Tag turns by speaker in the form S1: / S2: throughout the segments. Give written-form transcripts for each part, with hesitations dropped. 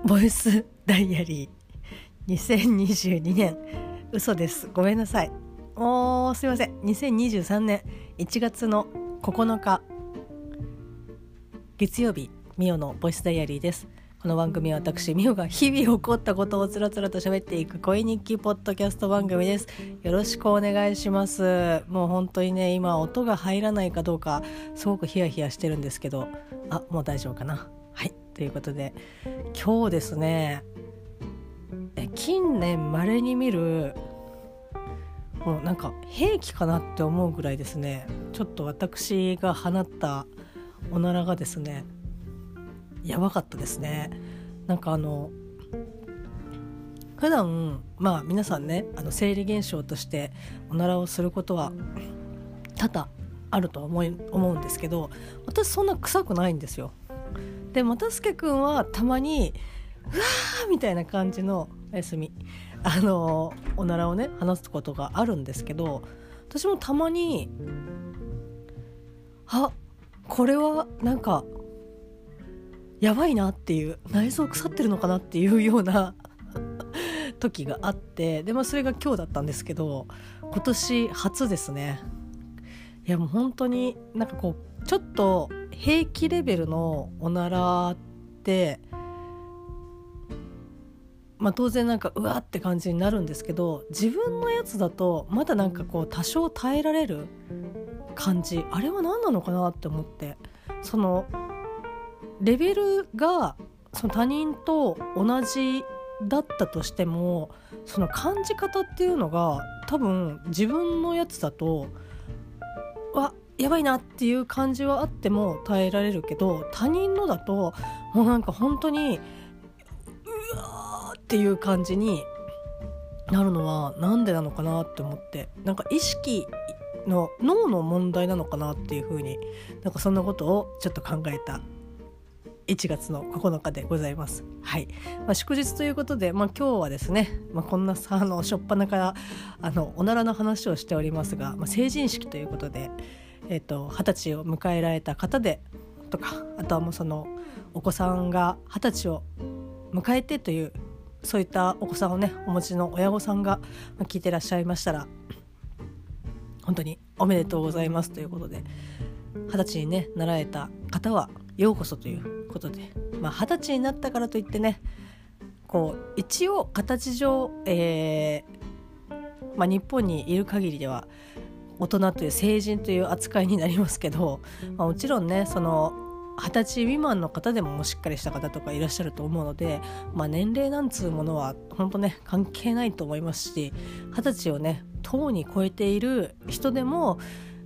S1: ボイスダイアリー2022年嘘です、ごめんなさい。すいません。2023年1月の9日月曜日、ミオのボイスダイアリーです。この番組は私ミオが日々起こったことをつらつらと喋っていく声日記ポッドキャスト番組です。よろしくお願いします。もう本当にね、今音が入らないかどうかすごくヒヤヒヤしてるんですけど、もう大丈夫かな。はい、ということで今日ですね、近年稀に見るもうなんか兵器かなって思うぐらいですね、ちょっと私が放ったおならがですね、やばかったですね。なんか普段皆さんね、生理現象としておならをすることは多々あると思うんですけど、私そんな臭くないんですよ。でもたすけくんはたまにうわーみたいな感じのおやすみおならをね話すことがあるんですけど、私もたまにこれはなんかやばいなっていう、内臓腐ってるのかなっていうような時があって、でそれが今日だったんですけど、今年初ですね。いやもう本当になんかこうちょっと平気レベルのおならって当然なんかうわって感じになるんですけど、自分のやつだとまだなんかこう多少耐えられる感じ、あれは何なのかなって思って、そのレベルがその他人と同じだったとしても、その感じ方っていうのが多分自分のやつだとやばいなっていう感じはあっても耐えられるけど、他人のだともうなんか本当にうわーっていう感じになるのはなんでなのかなって思って、なんか意識の脳の問題なのかなっていう風に、なんかそんなことをちょっと考えた1月の9日でございます。はい、祝日ということで、今日はですね、こんな初っ端からおならの話をしておりますが、成人式ということで、20歳を迎えられた方でとか、あとはもうそのお子さんが20歳を迎えてという、そういったお子さんをねお持ちの親御さんが聞いてらっしゃいましたら、本当におめでとうございますということで、20歳にねなられた方はようこそということで、20歳になったからといってね、こう一応形上、日本にいる限りでは大人という成人という扱いになりますけど、もちろんね、その20歳未満の方でもしっかりした方とかいらっしゃると思うので、年齢なんつうものは本当ね関係ないと思いますし、20歳をねとうに超えている人でも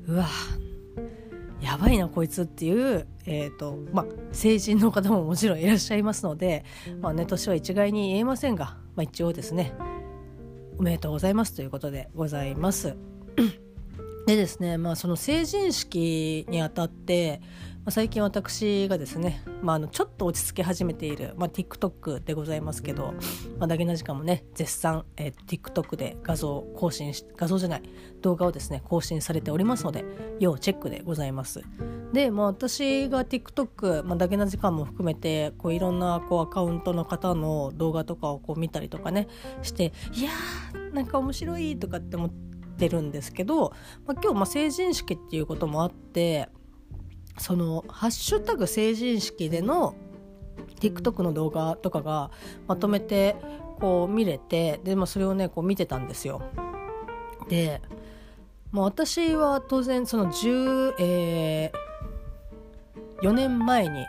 S1: やばいなこいつっていう、成人の方ももちろんいらっしゃいますので、年は一概に言えませんが、一応ですねおめでとうございますということでございますでですね、その成人式にあたって、最近私がですね、ちょっと落ち着き始めている、TikTok でございますけど、ダゲな時間もね絶賛、TikTok で動画をですね更新されておりますので、要チェックでございます。で、私が TikTok、ダゲな時間も含めてこういろんなこうアカウントの方の動画とかをこう見たりとかねして、いやーなんか面白いとかって思ってるんですけど、今日成人式っていうこともあって、そのハッシュタグ成人式での TikTok の動画とかがまとめてこう見れて、で、それをねこう見てたんですよ。で、私は当然その14年前に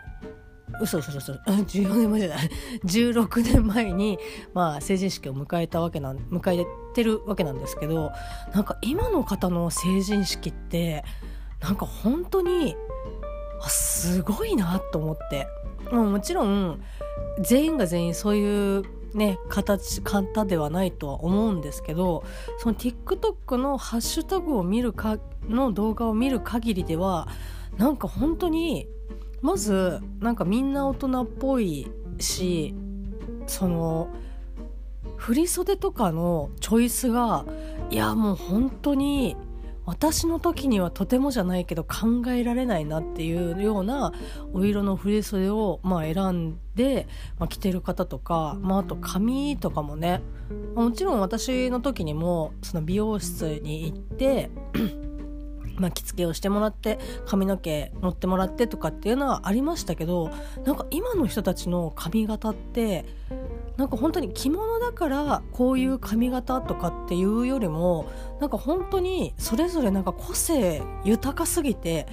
S1: 14年前じゃない16年前に成人式を迎えてるわけなんですけど、なんか今の方の成人式ってなんか本当にすごいなと思って、もちろん全員が全員そういうね方ではないとは思うんですけど、その TikTok のハッシュタグをの動画を見る限りでは、なんか本当にまずなんかみんな大人っぽいし、その振り袖とかのチョイスがもう本当に私の時にはとてもじゃないけど考えられないなっていうようなお色の振袖を選んで、着てる方とか、あと髪とかもね、もちろん私の時にもその美容室に行って着付けをしてもらって髪の毛乗ってもらってとかっていうのはありましたけど、なんか今の人たちの髪型ってなんか本当に着物だからこういう髪型とかっていうよりも、なんか本当にそれぞれなんか個性豊かすぎて、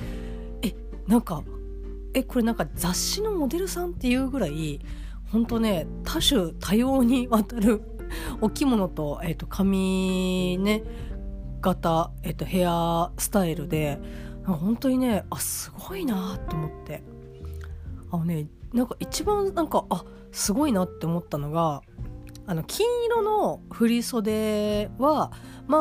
S1: これなんか雑誌のモデルさんっていうぐらい本当ね、多種多様にわたるお着物と、髪ね型、ヘアスタイルで、本当にね、すごいなと思って、なんか一番なんかすごいなって思ったのが、金色の振袖は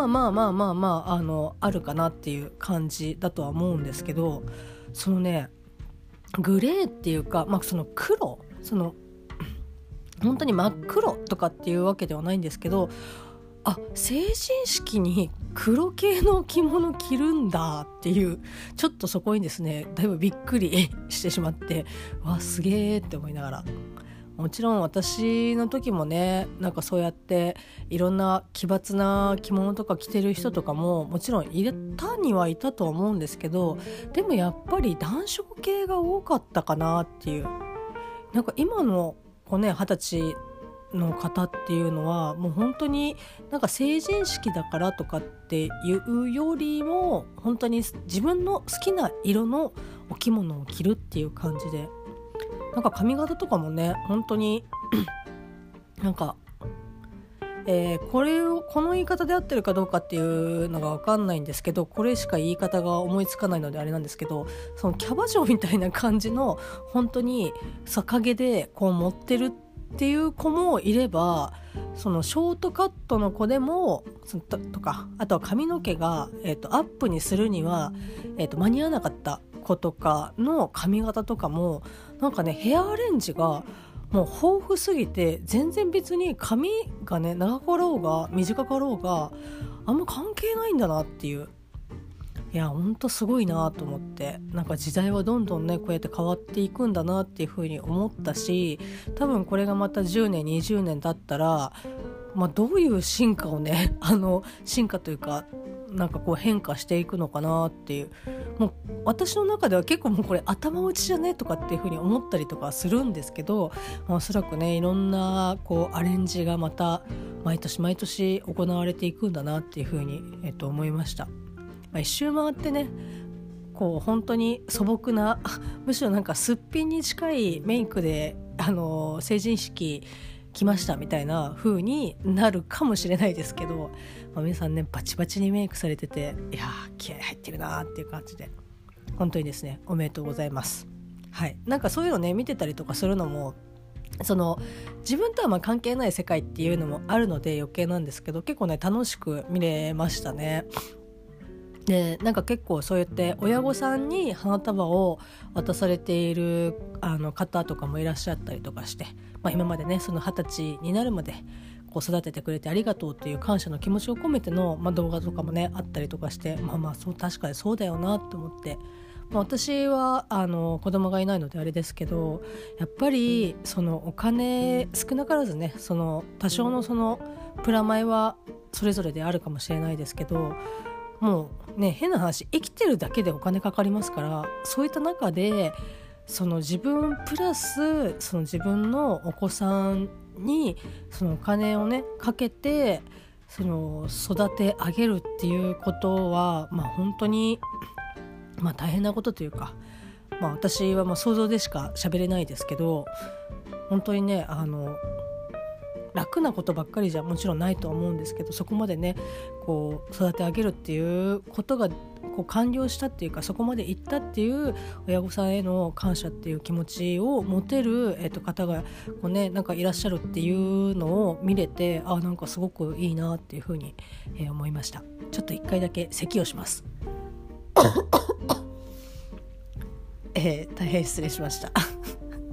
S1: あるかなっていう感じだとは思うんですけど、そのねグレーっていうか、その黒、その本当に真っ黒とかっていうわけではないんですけど、成人式に黒系の着物着るんだっていう、ちょっとそこにですねだいぶびっくりしてしまって、すげーって思いながら、もちろん私の時もね、なんかそうやっていろんな奇抜な着物とか着てる人とかももちろんいたにはいたと思うんですけど、でもやっぱり暖色系が多かったかなっていう。なんか今の20歳の方っていうのはもう本当になんか成人式だからとかっていうよりも、本当に自分の好きな色のお着物を着るっていう感じで、なんか髪型とかもね本当になんか、この言い方で合ってるかどうかっていうのが分かんないんですけど、これしか言い方が思いつかないのであれなんですけど、そのキャバ嬢みたいな感じの本当に逆毛でこう持ってるっていう子もいれば、そのショートカットの子でもとか、あとは髪の毛が、アップにするには、間に合わなかった子とかの髪型とかもなんかね、ヘアアレンジがもう豊富すぎて、全然別に髪がね長かろうが短かろうがあんま関係ないんだなっていう。いやほんとすごいなと思って、なんか時代はどんどんねこうやって変わっていくんだなっていう風に思ったし、多分これがまた10年20年経ったら、どういう進化をね進化というかなんかこう変化していくのかなっていう、もう私の中では結構もうこれ頭打ちじゃねとかっていう風に思ったりとかするんですけど、おそらくねいろんなこうアレンジがまた毎年毎年行われていくんだなっていう風に、思いました。一周回ってねこう本当に素朴なむしろなんかすっぴんに近いメイクで成人式来ましたみたいな風になるかもしれないですけど、皆さんねバチバチにメイクされてて、いや気合入ってるなっていう感じで、本当にですねおめでとうございます。はい、なんかそういうのね見てたりとかするのも、その自分とは関係ない世界っていうのもあるので余計なんですけど、結構ね楽しく見れましたね。でなんか結構そうやって親御さんに花束を渡されている方とかもいらっしゃったりとかして、今までねその20歳になるまでこう育ててくれてありがとうという感謝の気持ちを込めての、動画とかもねあったりとかして、そう確かにそうだよなと思って、私は子供がいないのであれですけど、やっぱりそのお金少なからずねその多少のそのプラマイはそれぞれであるかもしれないですけど、もうね変な話生きてるだけでお金かかりますから、そういった中でその自分プラスその自分のお子さんにそのお金をねかけてその育て上げるっていうことは本当に大変なことというか、私は想像でしか喋れないですけど、本当にね楽なことばっかりじゃもちろんないとは思うんですけど、そこまでねこう育て上げるっていうことがこう完了したっていうか、そこまで行ったっていう親御さんへの感謝っていう気持ちを持てる、方がこう、なんかいらっしゃるっていうのを見れて、なんかすごくいいなっていうふうに、思いました。ちょっと一回だけ咳をします大変失礼しました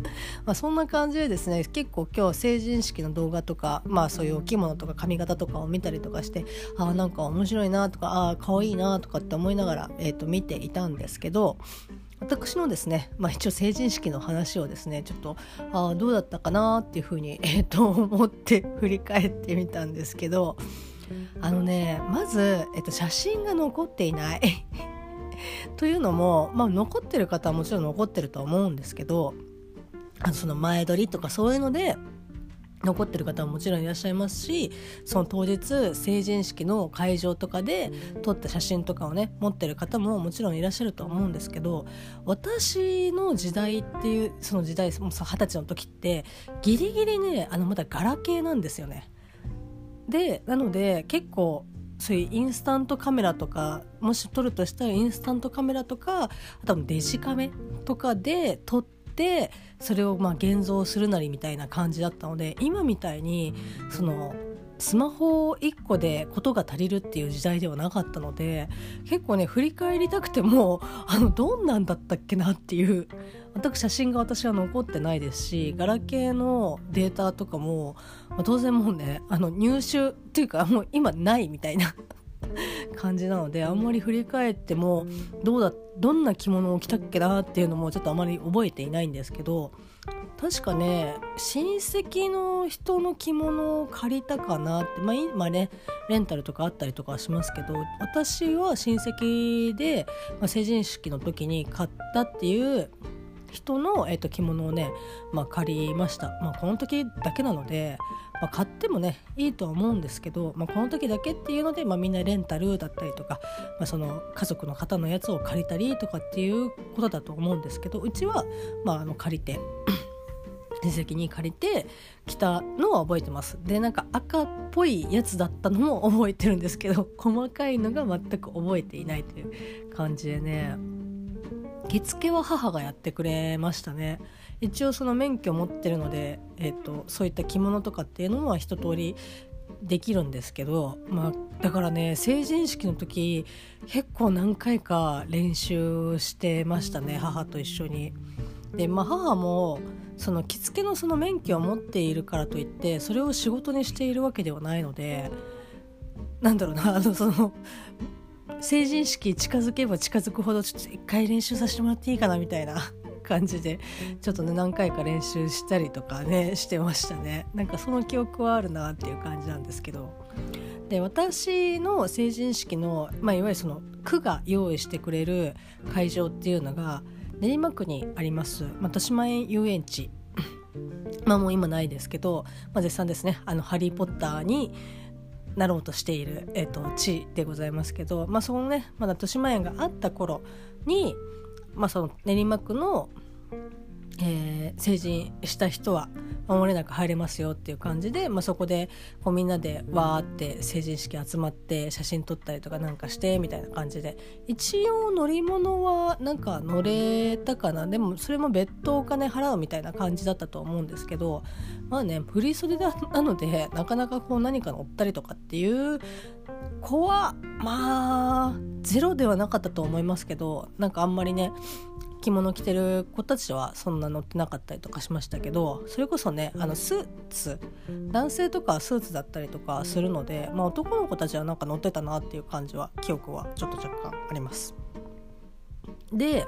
S1: そんな感じでですね、結構今日成人式の動画とか、そういうお着物とか髪型とかを見たりとかして、なんか面白いなとか、可愛いなとかって思いながら、見ていたんですけど、私のですね、一応成人式の話をですね、ちょっとどうだったかなっていうふうに、思って振り返ってみたんですけど、まず、写真が残っていないというのも、残ってる方はもちろん残ってるとは思うんですけど、その前撮りとかそういうので残ってる方はもちろんいらっしゃいますし、その当日成人式の会場とかで撮った写真とかをね持ってる方ももちろんいらっしゃると思うんですけど、私の時代っていう、その時代もう20歳の時ってギリギリねまだガラケーなんですよね。でなので結構そういうインスタントカメラとか、もし撮るとしたらインスタントカメラとか、あとはデジカメとかで撮ってそれを現像するなりみたいな感じだったので、今みたいにそのスマホ1個でことが足りるっていう時代ではなかったので、結構ね振り返りたくてもどんなんだったっけなっていう、写真が私は残ってないですし、ガラケーのデータとかも、当然もうね入手っていうかもう今ないみたいな感じなので、あんまり振り返ってもどんな着物を着たっけなっていうのもちょっとあまり覚えていないんですけど、確かね親戚の人の着物を借りたかなって、今ねレンタルとかあったりとかはしますけど、私は親戚で、成人式の時に買ったっていう人の、着物をね、借りました。この時だけなので、買ってもねいいとは思うんですけど、この時だけっていうので、みんなレンタルだったりとか、その家族の方のやつを借りたりとかっていうことだと思うんですけど、うちは、借りて親戚に借りて着たのは覚えてます。でなんか赤っぽいやつだったのも覚えてるんですけど、細かいのが全く覚えていないという感じでね、着付けは母がやってくれましたね。一応その免許持ってるので、そういった着物とかっていうのは一通りできるんですけど、だからね成人式の時結構何回か練習してましたね、母と一緒に。で母もその着付けのその免許を持っているからといってそれを仕事にしているわけではないので、その成人式近づけば近づくほどちょっと一回練習させてもらっていいかなみたいな感じでちょっとね何回か練習したりとかねしてましたね。なんかその記憶はあるなっていう感じなんですけど、で私の成人式の、いわゆるその区が用意してくれる会場っていうのが練馬区にあります、豊島園遊園地もう今ないですけど、絶賛ですねハリーポッターになろうとしている、地でございますけど、そのねまだ豊島園があった頃に、その練馬区の、成人した人は漏れなく入れますよっていう感じで、そこでこうみんなでわーって成人式集まって写真撮ったりとかなんかしてみたいな感じで、一応乗り物はなんか乗れたかな。でもそれも別途お金払うみたいな感じだったと思うんですけど、振り袖なのでなかなかこう何か乗ったりとかっていう子はゼロではなかったと思いますけど、なんかあんまりね着物着てる子たちはそんな乗ってなかったりとかしましたけど、それこそねスーツ、男性とかはスーツだったりとかするので、男の子たちはなんか乗ってたなっていう感じは記憶はちょっと若干あります。で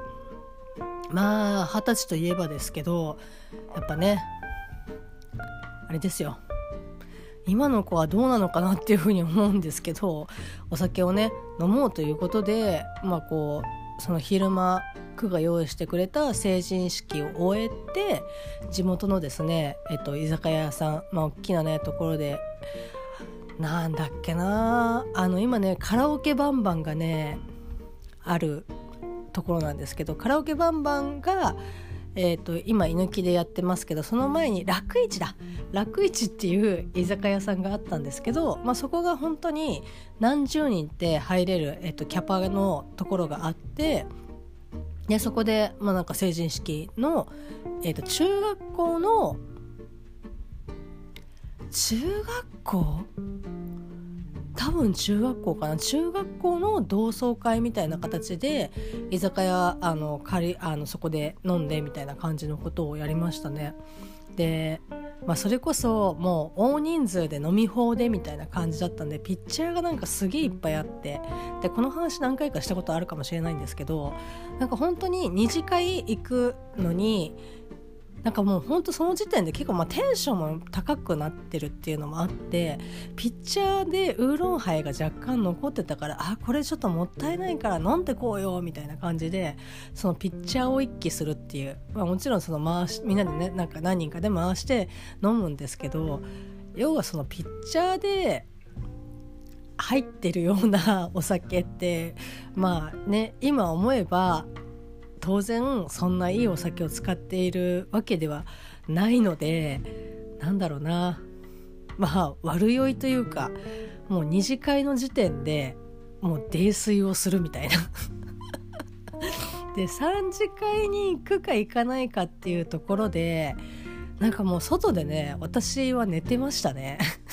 S1: 20歳といえばですけど、やっぱねあれですよ、今の子はどうなのかなっていうふうに思うんですけど、お酒をね飲もうということでこうその昼間区が用意してくれた成人式を終えて、地元のですね、居酒屋さん、大きなねところでなんだっけな、今ねカラオケバンバンがねあるところなんですけど、カラオケバンバンが今居抜きでやってますけど、その前に楽市っていう居酒屋さんがあったんですけど、そこが本当に何十人って入れる、キャパのところがあって、でそこで、なんか成人式の、中学校多多分中学校かな、中学校の同窓会みたいな形で居酒屋そこで飲んでみたいな感じのことをやりましたね。で、それこそもう大人数で飲み放でみたいな感じだったんで、ピッチャーがなんかすげえいっぱいあって、でこの話何回かしたことあるかもしれないんですけど、なんか本当に二次会行くのになんかもう本当その時点で結構テンションも高くなってるっていうのもあって、ピッチャーでウーロンハイが若干残ってたから、これちょっともったいないから飲んでこうよみたいな感じで、そのピッチャーを一気するっていう、もちろんそのみんなでね、なんか何人かで回して飲むんですけど、要はそのピッチャーで入ってるようなお酒って今思えば当然そんないいお酒を使っているわけではないので、なんだろうな、悪酔いというか、もう二次会の時点でもう泥酔をするみたいなで3次会に行くか行かないかっていうところで、なんかもう外でね、私は寝てましたね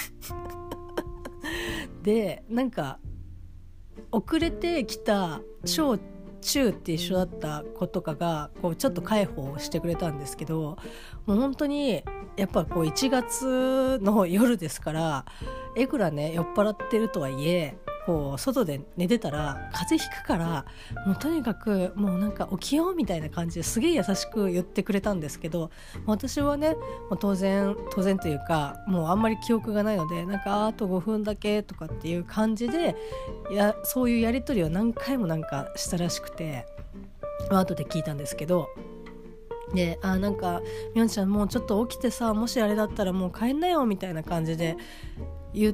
S1: で、なんか遅れてきた小中って一緒だった子とかがこうちょっと介抱をしてくれたんですけど、もう本当にやっぱこう1月の夜ですから、いくらね酔っ払ってるとはいえ、こう外で寝てたら風邪ひくから、もうとにかくもうなんか起きようみたいな感じですげえ優しく言ってくれたんですけど、私はねもう当然というか、もうあんまり記憶がないので、なんかあと5分だけとかっていう感じで、そういうやり取りを何回もなんかしたらしくて、後で聞いたんですけど、でなんかみおんちゃんもうちょっと起きてさ、もしあれだったらもう帰んなよみたいな感じで言って、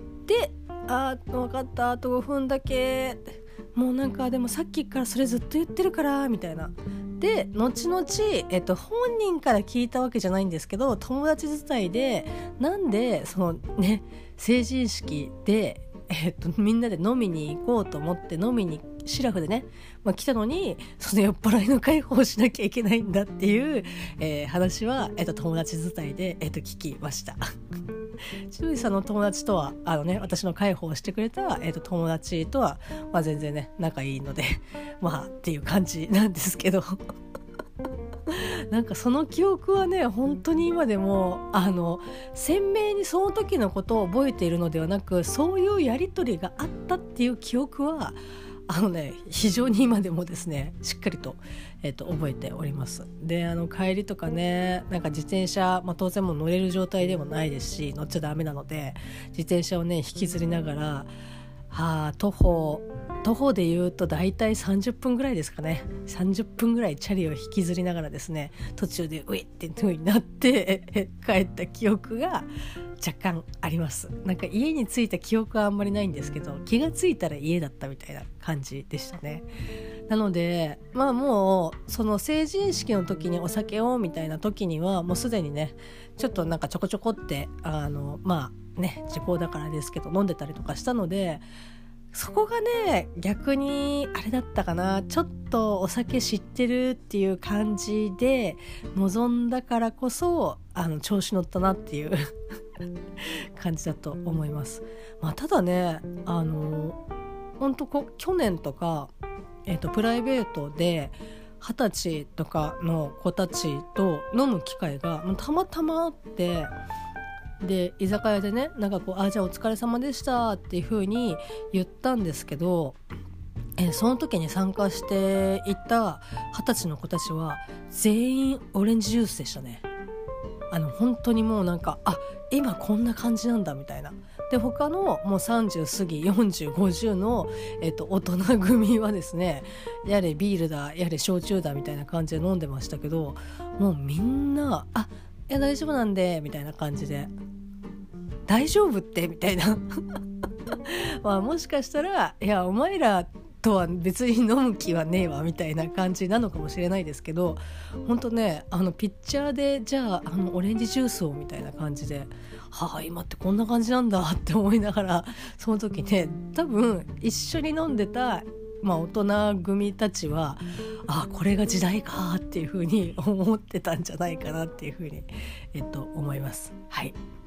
S1: 分かった、あと5分だけ、もうなんかでもさっきからそれずっと言ってるからみたいな。で後々、本人から聞いたわけじゃないんですけど、友達伝いでなんでそのね成人式で、みんなで飲みに行こうと思って飲みにシラフでね、来たのにその酔っ払いの介抱をしなきゃいけないんだっていう、話は、友達伝いで、聞きました千鳥さんの友達とは私の介抱をしてくれた、友達とは、全然ね仲いいのでっていう感じなんですけどなんかその記憶はね本当に今でも鮮明にその時のことを覚えているのではなく、そういうやり取りがあったっていう記憶は非常に今でもですねしっかりと、覚えております。で帰りとかね、なんか自転車、当然もう乗れる状態でもないですし、乗っちゃダメなので自転車をね引きずりながら、徒歩で言うとだいたい30分ぐらいですかね、30分ぐらいチャリを引きずりながらですね、途中でウィッって風になって帰った記憶が若干あります。なんか家に着いた記憶はあんまりないんですけど、気がついたら家だったみたいな感じでしたね。なのでもうその成人式の時にお酒をみたいな時にはもうすでにねちょっとなんかちょこちょこって時効だからですけど飲んでたりとかしたので、そこがね逆にあれだったかな、ちょっとお酒知ってるっていう感じで臨んだからこそ調子乗ったなっていう感じだと思います。ただね本当去年とか、プライベートで20歳とかの子たちと飲む機会がたまたまあって、で居酒屋でねなんかこうじゃあお疲れ様でしたっていう風に言ったんですけど、その時に参加していた20歳の子たちは全員オレンジジュースでしたね。本当にもうなんか今こんな感じなんだみたいな。で他のもう30過ぎ40、50の、大人組はですね、やれビールだやれ焼酎だみたいな感じで飲んでましたけど、もうみんないや大丈夫なんでみたいな感じで、大丈夫ってみたいなもしかしたらいやお前らとは別に飲む気はねえわみたいな感じなのかもしれないですけど、本当ねピッチャーでじゃあオレンジジュースをみたいな感じで、今ってこんな感じなんだって思いながら、その時ね多分一緒に飲んでた大人組たちはこれが時代かっていう風に思ってたんじゃないかなっていう風に、思います。はい。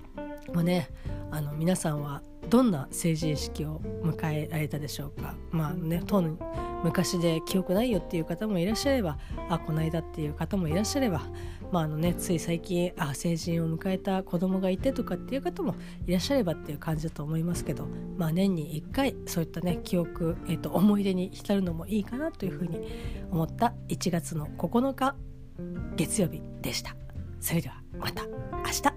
S1: もうね、皆さんはどんな成人式を迎えられたでしょうか。昔で記憶ないよっていう方もいらっしゃれば、この間っていう方もいらっしゃれば、つい最近成人を迎えた子供がいてとかっていう方もいらっしゃればっていう感じだと思いますけど、年に1回そういったね記憶、思い出に浸るのもいいかなというふうに思った1月の9日月曜日でした。それではまた明日。